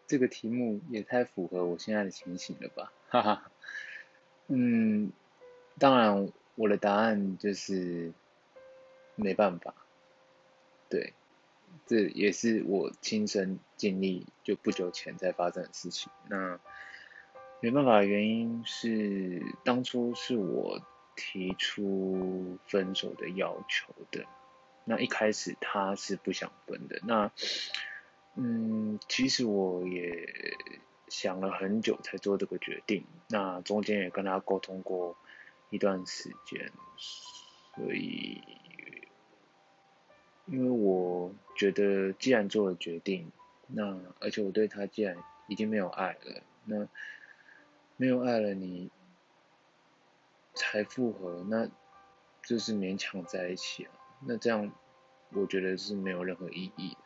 这个题目也太符合我现在的情形了吧，哈哈。嗯，当然我的答案就是没办法，对，这也是我亲身经历就不久前才发生的事情。那没办法的原因是当初是我提出分手的要求的，那一开始他是不想分的。其实我也想了很久才做这个决定。那中间也跟他沟通过一段时间，所以因为我觉得既然做了决定，那而且我对他既然已经没有爱了，那没有爱了你才复合，那就是勉强在一起啊。那这样我觉得是没有任何意义的。